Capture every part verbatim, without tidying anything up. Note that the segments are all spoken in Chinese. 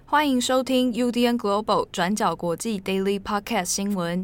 欢迎收听 U D N Global 转角国际 Daily Podcast 新闻。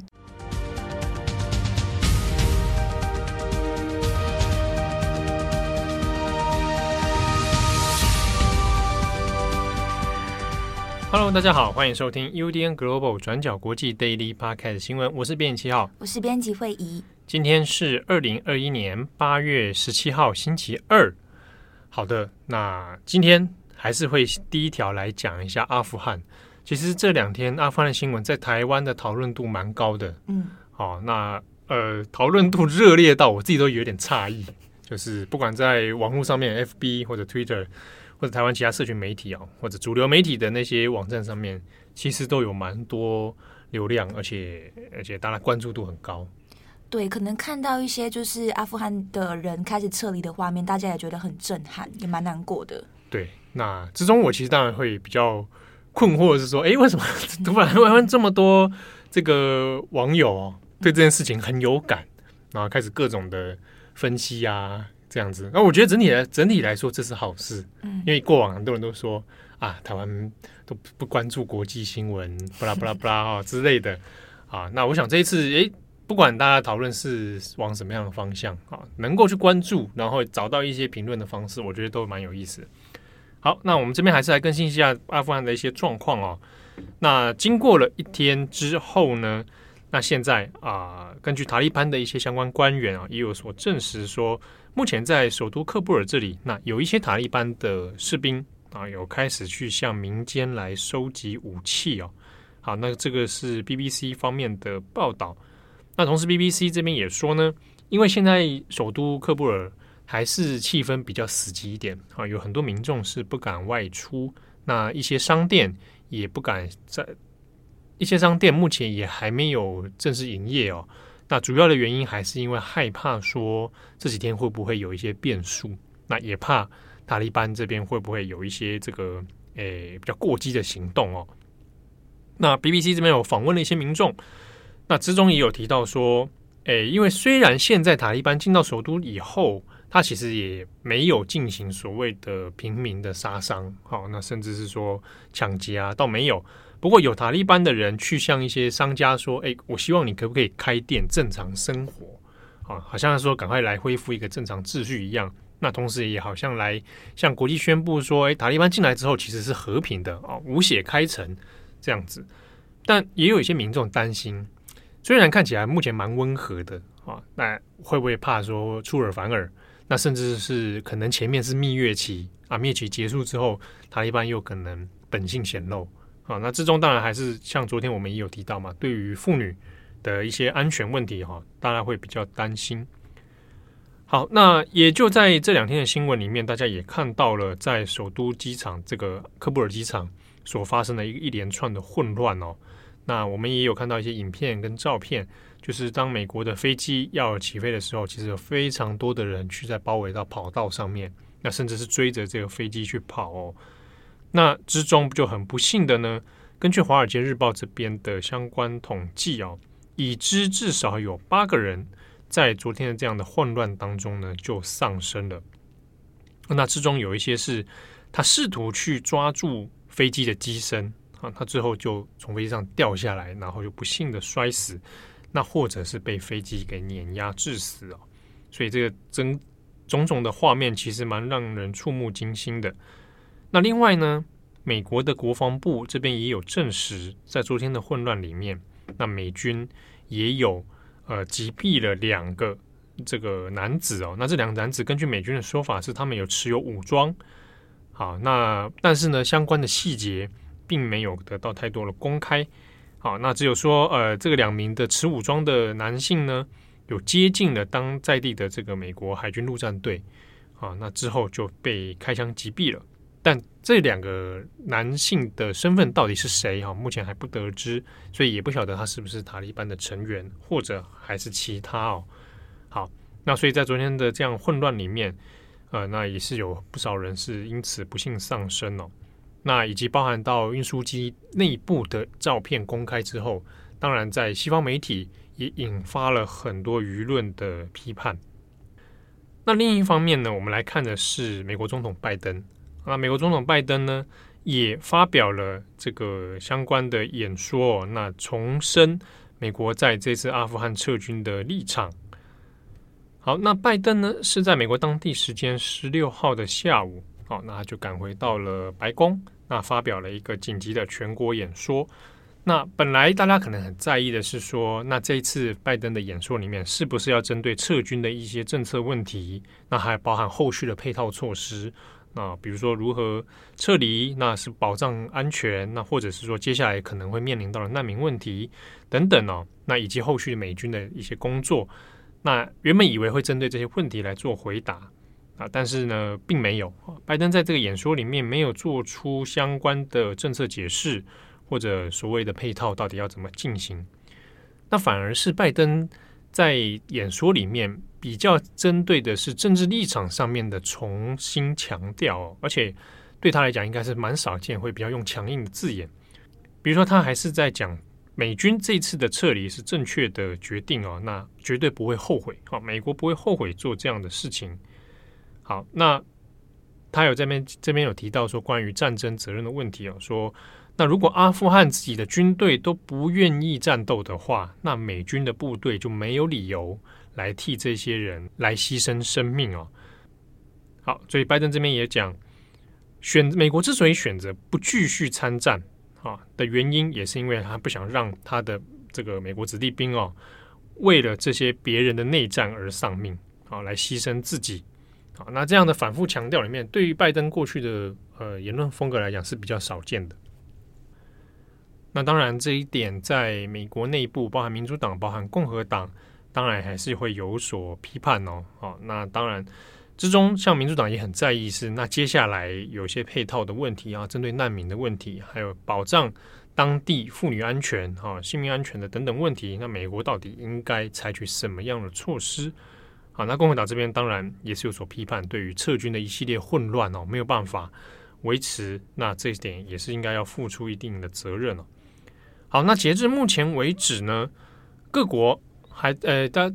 Hello， 大家好，欢迎收听 U D N Global 转角国际 Daily Podcast 新闻，我是编辑七号， 我是编辑慧仪。今天是二零二一年八月十七号，星期二。好的，那今天还是会第一条来讲一下阿富汗。其实这两天阿富汗的新闻在台湾的讨论度蛮高的，嗯，好、哦，那呃讨论度热烈到我自己都有点诧异，就是不管在网络上面 F B 或者 Twitter 或者台湾其他社群媒体啊、哦，或者主流媒体的那些网站上面，其实都有蛮多流量，而且而且当然关注度很高。 对，可能看到一些就是阿富汗的人开始撤离的画面，大家也觉得很震撼，也蛮难过的。 对，那之中我其实当然会比较困惑的是说，哎，为什么突然台湾这么多这个网友哦对这件事情很有感，然后开始各种的分析啊这样子。那我觉得整体来整体来说这是好事，嗯，因为过往很多人都说啊，台湾都不关注国际新闻，巴拉巴拉巴拉啊之类的啊。那我想这一次，哎。不管大家讨论是往什么样的方向啊，能够去关注，然后找到一些评论的方式，我觉得都蛮有意思的。好，那我们这边还是来更新一下阿富汗的一些状况哦。那经过了一天之后呢，那现在啊、呃，根据塔利班的一些相关官员啊，也有所证实说，目前在首都喀布尔这里，那有一些塔利班的士兵啊，有开始去向民间来收集武器哦。好，那这个是 B B C 方面的报道。那同时 B B C 这边也说呢，因为现在首都喀布尔还是气氛比较死寂一点啊，有很多民众是不敢外出，那一些商店也不敢在，一些商店目前也还没有正式营业哦。那主要的原因还是因为害怕说这几天会不会有一些变数，那也怕塔利班这边会不会有一些这个诶比较过激的行动哦。那 B B C 这边有访问了一些民众。那之中也有提到说，诶，因为虽然现在塔利班进到首都以后，他其实也没有进行所谓的平民的杀伤，好，那甚至是说抢劫啊，倒没有。不过有塔利班的人去向一些商家说，诶，我希望你可不可以开店正常生活，好，好像说赶快来恢复一个正常秩序一样。那同时也好像来向国际宣布说，诶，塔利班进来之后其实是和平的啊，无血开城这样子。但也有一些民众担心。虽然看起来目前蛮温和的啊，那会不会怕说出尔反尔？那甚至是可能前面是蜜月期啊，蜜月期结束之后，塔利班又可能本性显露啊。那之中当然还是像昨天我们也有提到嘛，对于妇女的一些安全问题哈，当然会比较担心。好，那也就在这两天的新闻里面，大家也看到了在首都机场这个喀布尔机场所发生的一个一连串的混乱哦。那我们也有看到一些影片跟照片，就是当美国的飞机要起飞的时候，其实有非常多的人去在包围到跑道上面，那甚至是追着这个飞机去跑哦。那之中就很不幸的呢，根据《华尔街日报》这边的相关统计哦，已知至少有八个人在昨天的这样的混乱当中呢就丧生了。那之中有一些是他试图去抓住飞机的机身。他最后就从飞机上掉下来，然后就不幸的摔死，那或者是被飞机给碾压致死哦。所以这个种种种的画面其实蛮让人触目惊心的。那另外呢，美国的国防部这边也有证实，在昨天的混乱里面，那美军也有呃击毙了两个这个男子哦。那这两个男子根据美军的说法是他们有持有武装，好，那但是呢相关的细节并没有得到太多的公开，好，那只有说，呃，这个两名的持武装的男性呢，有接近了当在地的这个美国海军陆战队，啊，那之后就被开枪击毙了。但这两个男性的身份到底是谁？哈，目前还不得知，所以也不晓得他是不是塔利班的成员，或者还是其他哦。好，那所以在昨天的这样混乱里面，呃，那也是有不少人是因此不幸丧生哦。那以及包含到运输机内部的照片公开之后，当然在西方媒体也引发了很多舆论的批判。那另一方面呢，我们来看的是美国总统拜登。那美国总统拜登呢， 也发表了这个相关的演说、哦，那重申美国在这次阿富汗撤军的立场。好，那拜登呢是在美国当地时间十六号的下午，好，那他就赶回到了白宫，那发表了一个紧急的全国演说。那本来大家可能很在意的是说，那这一次拜登的演说里面是不是要针对撤军的一些政策问题，那还包含后续的配套措施，那比如说如何撤离，那是保障安全，那或者是说接下来可能会面临到的难民问题等等哦，那以及后续美军的一些工作。那原本以为会针对这些问题来做回答啊，但是呢，并没有。拜登在这个演说里面没有做出相关的政策解释，或者所谓的配套到底要怎么进行。那反而是拜登在演说里面比较针对的是政治立场上面的重新强调，而且对他来讲应该是蛮少见会比较用强硬的字眼。比如说，他还是在讲美军这次的撤离是正确的决定哦，那绝对不会后悔。好，美国不会后悔做这样的事情。好，那他有这边这边有提到说关于战争责任的问题哦，说那如果阿富汗自己的军队都不愿意战斗的话，那美军的部队就没有理由来替这些人来牺牲生命哦。好，所以拜登这边也讲，选美国之所以选择不继续参战啊的原因，也是因为他不想让他的这个美国子弟兵哦，为了这些别人的内战而丧命，好来牺牲自己。好，那这样的反复强调里面，对于拜登过去的呃言论风格来讲是比较少见的。那当然，这一点在美国内部，包含民主党、包含共和党，当然还是会有所批判哦。好，那当然之中，像民主党也很在意是，那接下来有些配套的问题啊，针对难民的问题，还有保障当地妇女安全、哈性命安全的等等问题，那美国到底应该采取什么样的措施？好，那共和党这边当然也是有所批判，对于撤军的一系列混乱哦，没有办法维持，那这一点也是应该要付出一定的责任哦。好，那截至目前为止呢，各国还呃，大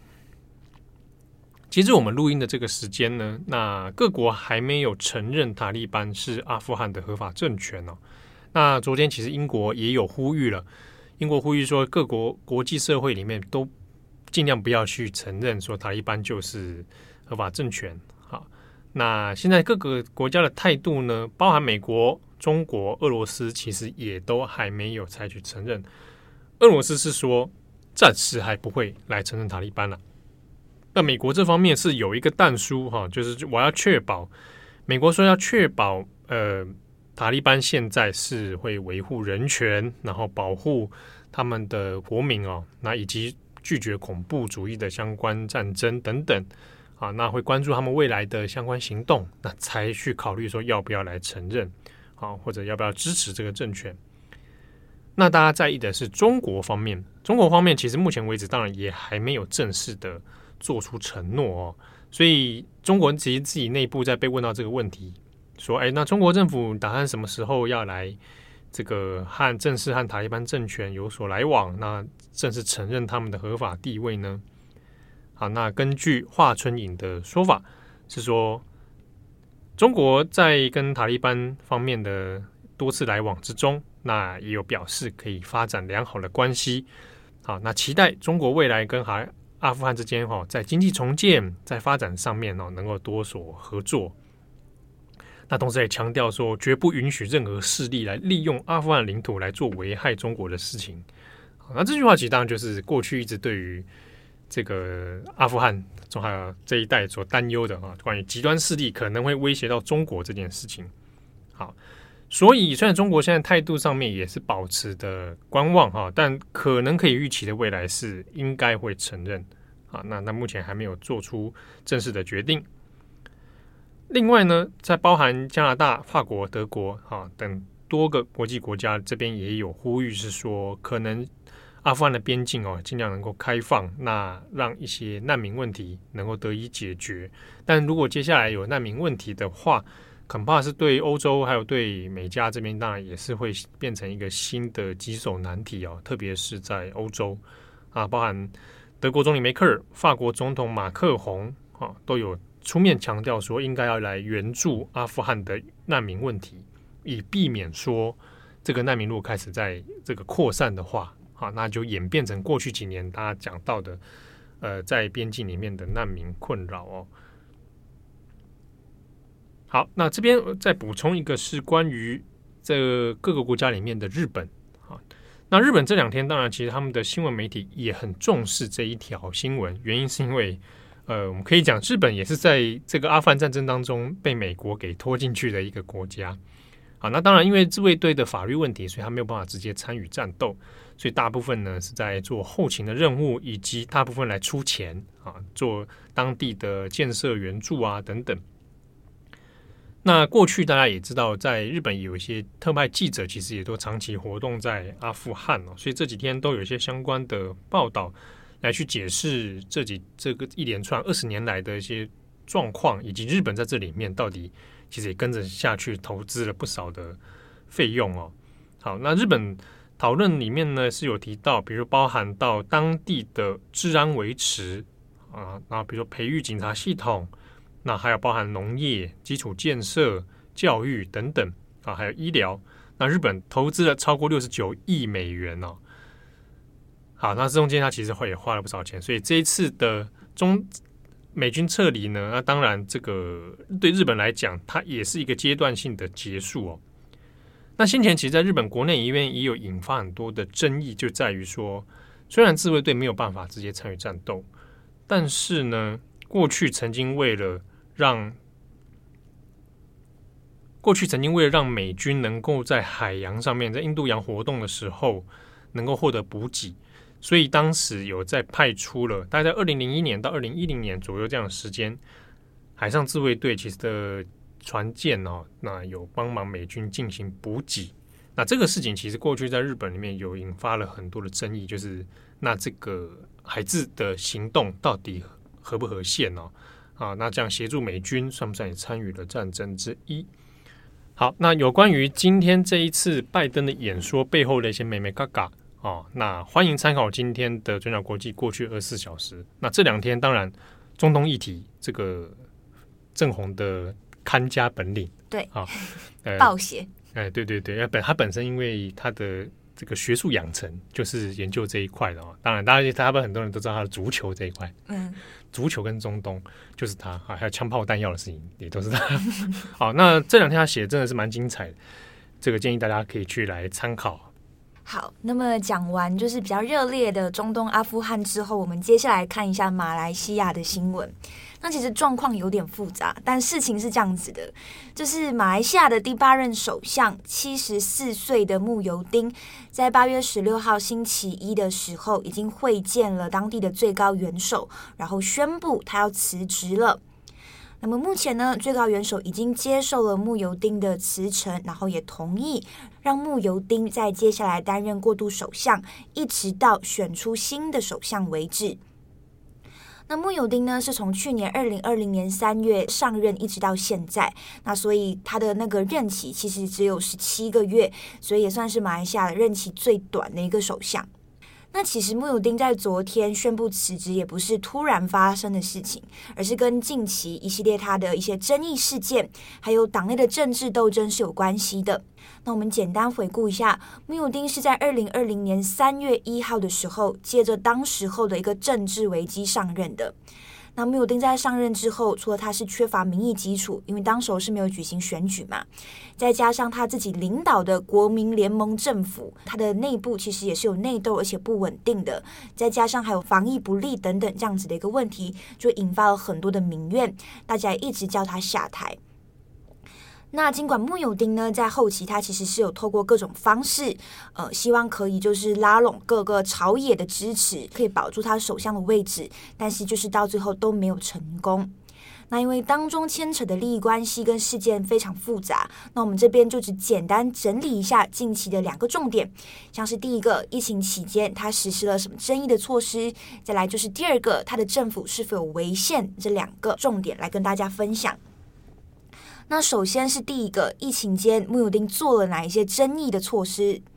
截至我们录音的这个时间呢，那各国还没有承认塔利班是阿富汗的合法政权哦。那昨天其实英国也有呼吁了，英国呼吁说各国国际社会里面都尽量不要去承认说塔利班就是合法政权。好，那现在各个国家的态度呢，包含美国、中国、俄罗斯，其实也都还没有采取承认。俄罗斯是说暂时还不会来承认塔利班了。那美国这方面是有一个但书哈，就是我要确保，美国说要确保呃塔利班现在是会维护人权，然后保护他们的国民哦，那以及拒绝恐怖主义的相关战争等等啊，那会关注他们未来的相关行动，那才去考虑说要不要来承认啊，或者要不要支持这个政权。那大家在意的是中国方面，中国方面其实目前为止当然也还没有正式的做出承诺哦，所以中国其实自己内部在被问到这个问题，说，哎，那中国政府打算什么时候要来这个和正式和塔利班政权有所来往，那正式承认他们的合法地位呢？好，那根据华春莹的说法是说，中国在跟塔利班方面的多次来往之中，那也有表示可以发展良好的关系。好，那期待中国未来跟哈阿富汗之间哈，在经济重建、在发展上面哦，能够多所合作。那同时也强调说，绝不允许任何势力来利用阿富汗领土来做危害中国的事情。好，那这句话其实当然就是过去一直对于这个阿富汗中还有这一带所担忧的啊，关于极端势力可能会威胁到中国这件事情。好，所以虽然中国现在态度上面也是保持的观望哈，但可能可以预期的未来是应该会承认啊。那那目前还没有做出正式的决定。另外呢，在包含加拿大、法国、德国啊等多个国际国家这边也有呼吁，是说可能阿富汗的边境哦尽量能够开放，那让一些难民问题能够得以解决。但如果接下来有难民问题的话，恐怕是对欧洲还有对美加这边，当然也是会变成一个新的棘手难题哦，特别是在欧洲啊，包含德国总理梅克尔、法国总统马克宏啊，都有出面强调说应该要来援助阿富汗的难民问题以避免说这个难民如果开始在这个扩散的话，好，那就演变成过去几年大家讲到的，呃，在边境里面的难民困扰哦。好，那这边再补充一个是关于这各个国家里面的日本啊。那日本这两天当然其实他们的新闻媒体也很重视这一条新闻，原因是因为呃，我们可以讲日本也是在这个阿富汗战争当中被美国给拖进去的一个国家。好，那当然因为自卫队的法律问题，所以他没有办法直接参与战斗，所以大部分呢是在做后勤的任务，以及大部分来出钱啊，做当地的建设援助啊等等。那过去大家也知道，在日本有一些特派记者，其实也都长期活动在阿富汗哦，所以这几天都有一些相关的报道来去解释这几这个一连串二十年来的一些状况，以及日本在这里面到底其实也跟着下去投资了不少的费用哦。好，那日本讨论里面呢是有提到，比如包含到当地的治安维持啊，然后比如说培育警察系统。那还有包含农业、基础建设、教育等等啊，还有医疗。那日本投资了超过六十九亿美元哦。好，那这中间它其实也花了不少钱，所以这一次的中美军撤离呢，那当然这个对日本来讲，它也是一个阶段性的结束哦。那先前其实在日本国内医院也有引发很多的争议，就在于说，虽然自卫队没有办法直接参与战斗，但是呢，过去曾经为了让过去曾经为了让美军能够在海洋上面，在印度洋活动的时候能够获得补给，所以当时有在派出了大概在二零零一年到二零一零年左右这样的时间，海上自卫队其实的船舰哦，那有帮忙美军进行补给。那这个事情其实过去在日本里面有引发了很多的争议，就是那这个海自的行动到底合不合宪哦？啊，那这样协助美军算不算也参与了战争之一？好，那有关于今天这一次拜登的演说背后的一些眉眉角角哦，那欢迎参考今天的转角国际过去二十四小时。那这两天当然中东议题这个郑红的看家本领， 对啊，呃， 暴血， 哎，对对对，本他本身因为他的这个学术养成就是研究这一块的哦。当然，大家大部分很多人都知道他的足球这一块，嗯。足球跟中东就是他，还有枪炮弹药的事情也都是他。好，那这两天他写的真的是蛮精彩的，这个建议大家可以去来参考。 好，那么讲完就是比较热烈的中东阿富汗之后，我们接下来看一下马来西亚的新闻。那其实状况有点复杂，但事情是这样子的，就是马来西亚的第八任首相七十四岁的慕尤丁，在八月十六号星期一的时候，已经会见了当地的最高元首，然后宣布他要辞职了。那么目前呢，最高元首已经接受了慕尤丁的辞呈，然后也同意让慕尤丁在接下来担任过渡首相，一直到选出新的首相为止。那慕尤丁呢，是从去年二零二零年三月上任一直到现在，那所以他的那个任期其实只有十七个月，所以也算是马来西亚的任期最短的一个首相。那其实慕尤丁在昨天宣布辞职也不是突然发生的事情，而是跟近期一系列他的一些争议事件，还有党内的政治斗争是有关系的。那我们简单回顾一下，慕尤丁是在二零二零年三月一号的时候，借着当时候的一个政治危机上任的。那慕尤丁在上任之后，除了他是缺乏民意基础，因为当时候是没有举行选举嘛，再加上他自己领导的国民联盟政府，他的内部其实也是有内斗而且不稳定的，再加上还有防疫不力等等这样子的一个问题，就引发了很多的民怨，大家一直叫他下台。那尽管慕尤丁呢，在后期他其实是有透过各种方式，呃，希望可以就是拉拢各个朝野的支持，可以保住他首相的位置，但是就是到最后都没有成功。那因为当中牵扯的利益关系跟事件非常复杂，那我们这边就只简单整理一下近期的两个重点，像是第一个，疫情期间他实施了什么争议的措施，再来就是第二个，他的政府是否有违宪，这两个重点来跟大家分享。那首先是第一个，疫情间慕尤丁做了哪一些争议的措施？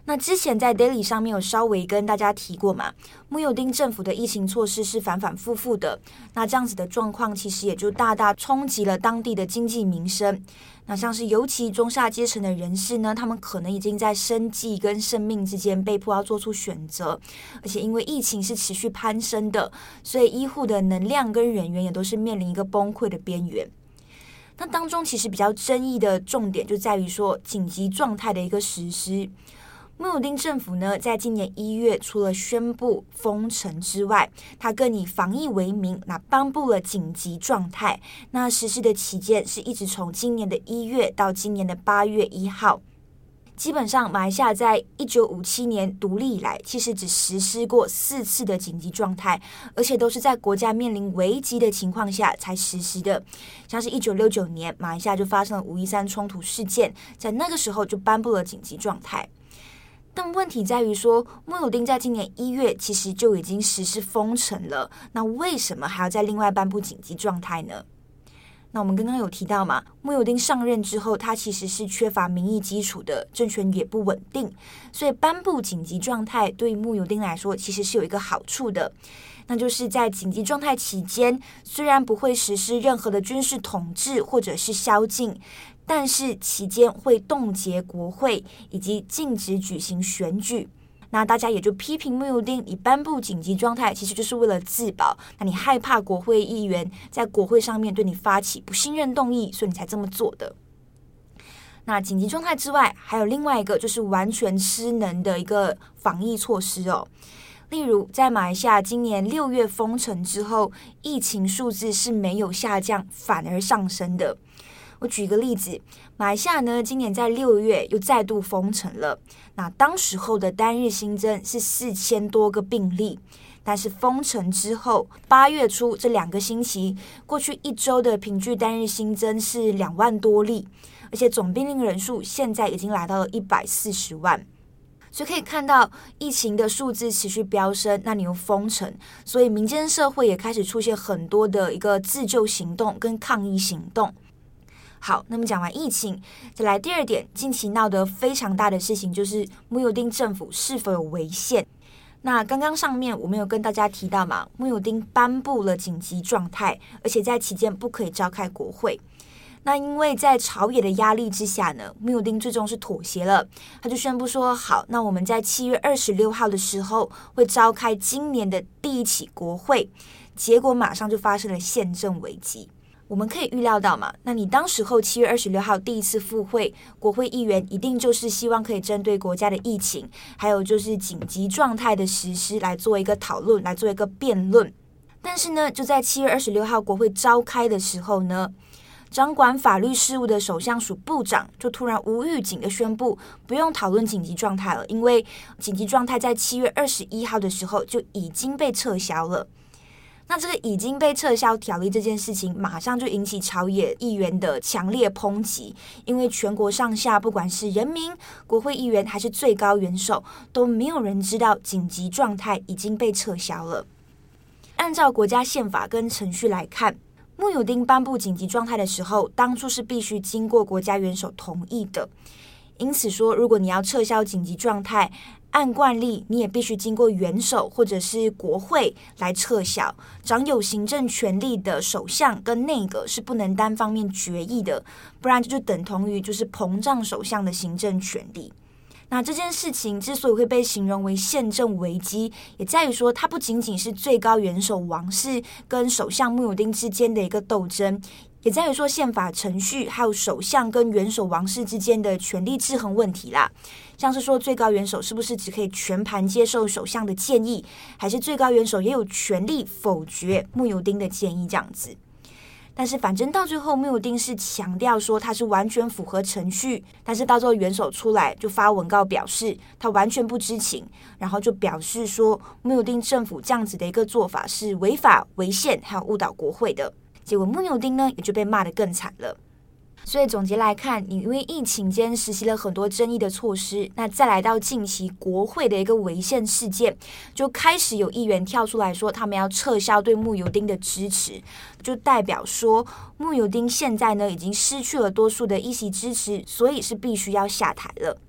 那之前在 Daily 上面有稍微跟大家提过嘛，慕尤丁政府的疫情措施是反反复复的，那这样子的状况其实也就大大冲击了当地的经济民生。那像是尤其中下阶层的人士呢，他们可能已经在生计跟生命之间被迫要做出选择，而且因为疫情是持续攀升的，所以医护的能量跟人员也都是面临一个崩溃的边缘。那当中其实比较争议的重点就在于说紧急状态的一个实施。慕尤丁政府呢，在今年一月除了宣布封城之外，他更以防疫为名，那颁布了紧急状态。那实施的期间是一直从今年的一月到今年的八月一号。基本上，马来西亚在一九五七年独立以来，其实只实施过四次的紧急状态，而且都是在国家面临危机的情况下才实施的。像是一九六九年，马来西亚就发生了五一三冲突事件，在那个时候就颁布了紧急状态。但问题在于说，慕尤丁在今年一月其实就已经实施封城了，那为什么还要再另外颁布紧急状态呢？那我们刚刚有提到嘛，慕尤丁上任之后，他其实是缺乏民意基础的，政权也不稳定，所以颁布紧急状态对于慕尤丁来说其实是有一个好处的，那就是在紧急状态期间，虽然不会实施任何的军事统治或者是宵禁，但是期间会冻结国会以及禁止举行选举。那大家也就批评慕尤丁，你颁布紧急状态其实就是为了自保，那你害怕国会议员在国会上面对你发起不信任动议，所以你才这么做的。那紧急状态之外，还有另外一个就是完全失能的一个防疫措施哦。例如在马来西亚今年六月封城之后，疫情数字是没有下降，反而上升的。我举一个例子，马来西亚呢，今年在六月又再度封城了。那当时候的单日新增是四千多个病例，但是封城之后，八月初这两个星期，过去一周的平均单日新增是两万多例，而且总病例人数现在已经来到了一百四十万。所以可以看到疫情的数字持续飙升，那你又封城，所以民间社会也开始出现很多的一个自救行动跟抗议行动。好，那么讲完疫情，再来第二点，近期闹得非常大的事情就是慕尤丁政府是否有违宪。那刚刚上面我们有跟大家提到嘛，慕尤丁颁布了紧急状态，而且在期间不可以召开国会。那因为在朝野的压力之下呢，慕尤丁最终是妥协了，他就宣布说，好，那我们在七月二十六号的时候会召开今年的第一起国会，结果马上就发生了宪政危机。我们可以预料到嘛，那你当时候七月二十六号第一次复会，国会议员一定就是希望可以针对国家的疫情，还有就是紧急状态的实施来做一个讨论，来做一个辩论。但是呢，就在七月二十六号国会召开的时候呢，掌管法律事务的首相署部长就突然无预警的宣布，不用讨论紧急状态了，因为紧急状态在七月二十一号的时候就已经被撤销了。那这个已经被撤销条例这件事情，马上就引起朝野议员的强烈抨击，因为全国上下，不管是人民、国会议员还是最高元首，都没有人知道紧急状态已经被撤销了。按照国家宪法跟程序来看，慕尤丁颁布紧急状态的时候，当初是必须经过国家元首同意的。因此说，如果你要撤销紧急状态，按惯例你也必须经过元首或者是国会来撤销，掌有行政权力的首相跟内阁是不能单方面决议的，不然这就等同于就是膨胀首相的行政权力。那这件事情之所以会被形容为宪政危机，也在于说它不仅仅是最高元首王室跟首相慕尤丁之间的一个斗争，也在于说宪法程序还有首相跟元首王室之间的权力制衡问题啦。像是说最高元首是不是只可以全盘接受首相的建议，还是最高元首也有权利否决慕尤丁的建议这样子。但是反正到最后慕尤丁是强调说他是完全符合程序，但是到最后元首出来就发文告表示他完全不知情，然后就表示说慕尤丁政府这样子的一个做法是违法违宪还有误导国会的。结果慕尤丁呢也就被骂得更惨了。所以总结来看，你因为疫情间实习了很多争议的措施，那再来到近期国会的一个违宪事件，就开始有议员跳出来说他们要撤销对慕尤丁的支持，就代表说慕尤丁现在呢已经失去了多数的议席支持，所以是必须要下台了。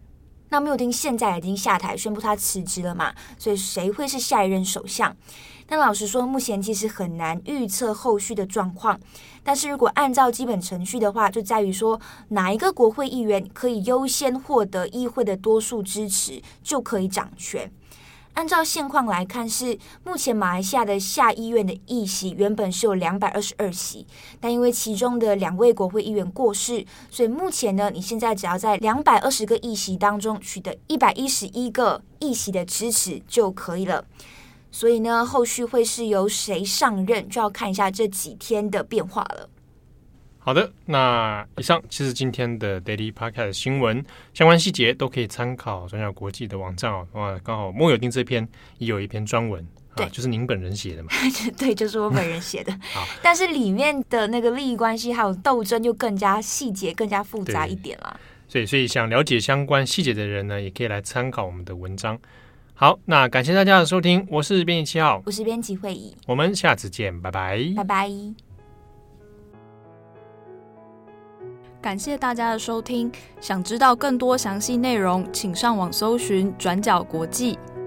那穆尤丁现在已经下台宣布他辞职了嘛，所以谁会是下一任首相？但老实说，目前其实很难预测后续的状况。但是如果按照基本程序的话，就在于说哪一个国会议员可以优先获得议会的多数支持，就可以掌权。按照现况来看，是目前马来西亚的下议院的议席原本是有两百二十二席，但因为其中的两位国会议员过世，所以目前呢，你现在只要在两百二十个议席当中取得一百一十一个议席的支持就可以了。所以呢，后续会是由谁上任，就要看一下这几天的变化了。 好的，那以上其实今天的 Daily Podcast 新闻相关细节都可以参考转角国际的网站哦。哇，刚好莫有丁这篇也有一篇专文， 对、 啊，就是您本人写的嘛？ 对，就是我本人写的。 好， 但是里面的那个利益关系还有斗争就更加细节、更加复杂一点啦。 所以，所以想了解相关细节的人呢，也可以来参考我们的文章。好，那感谢大家的收听，我是编辑七号， 我是编辑会议， 我们下次见，拜拜， 拜拜。 感谢大家的收听，想知道更多详细内容，请上网搜寻转角国际。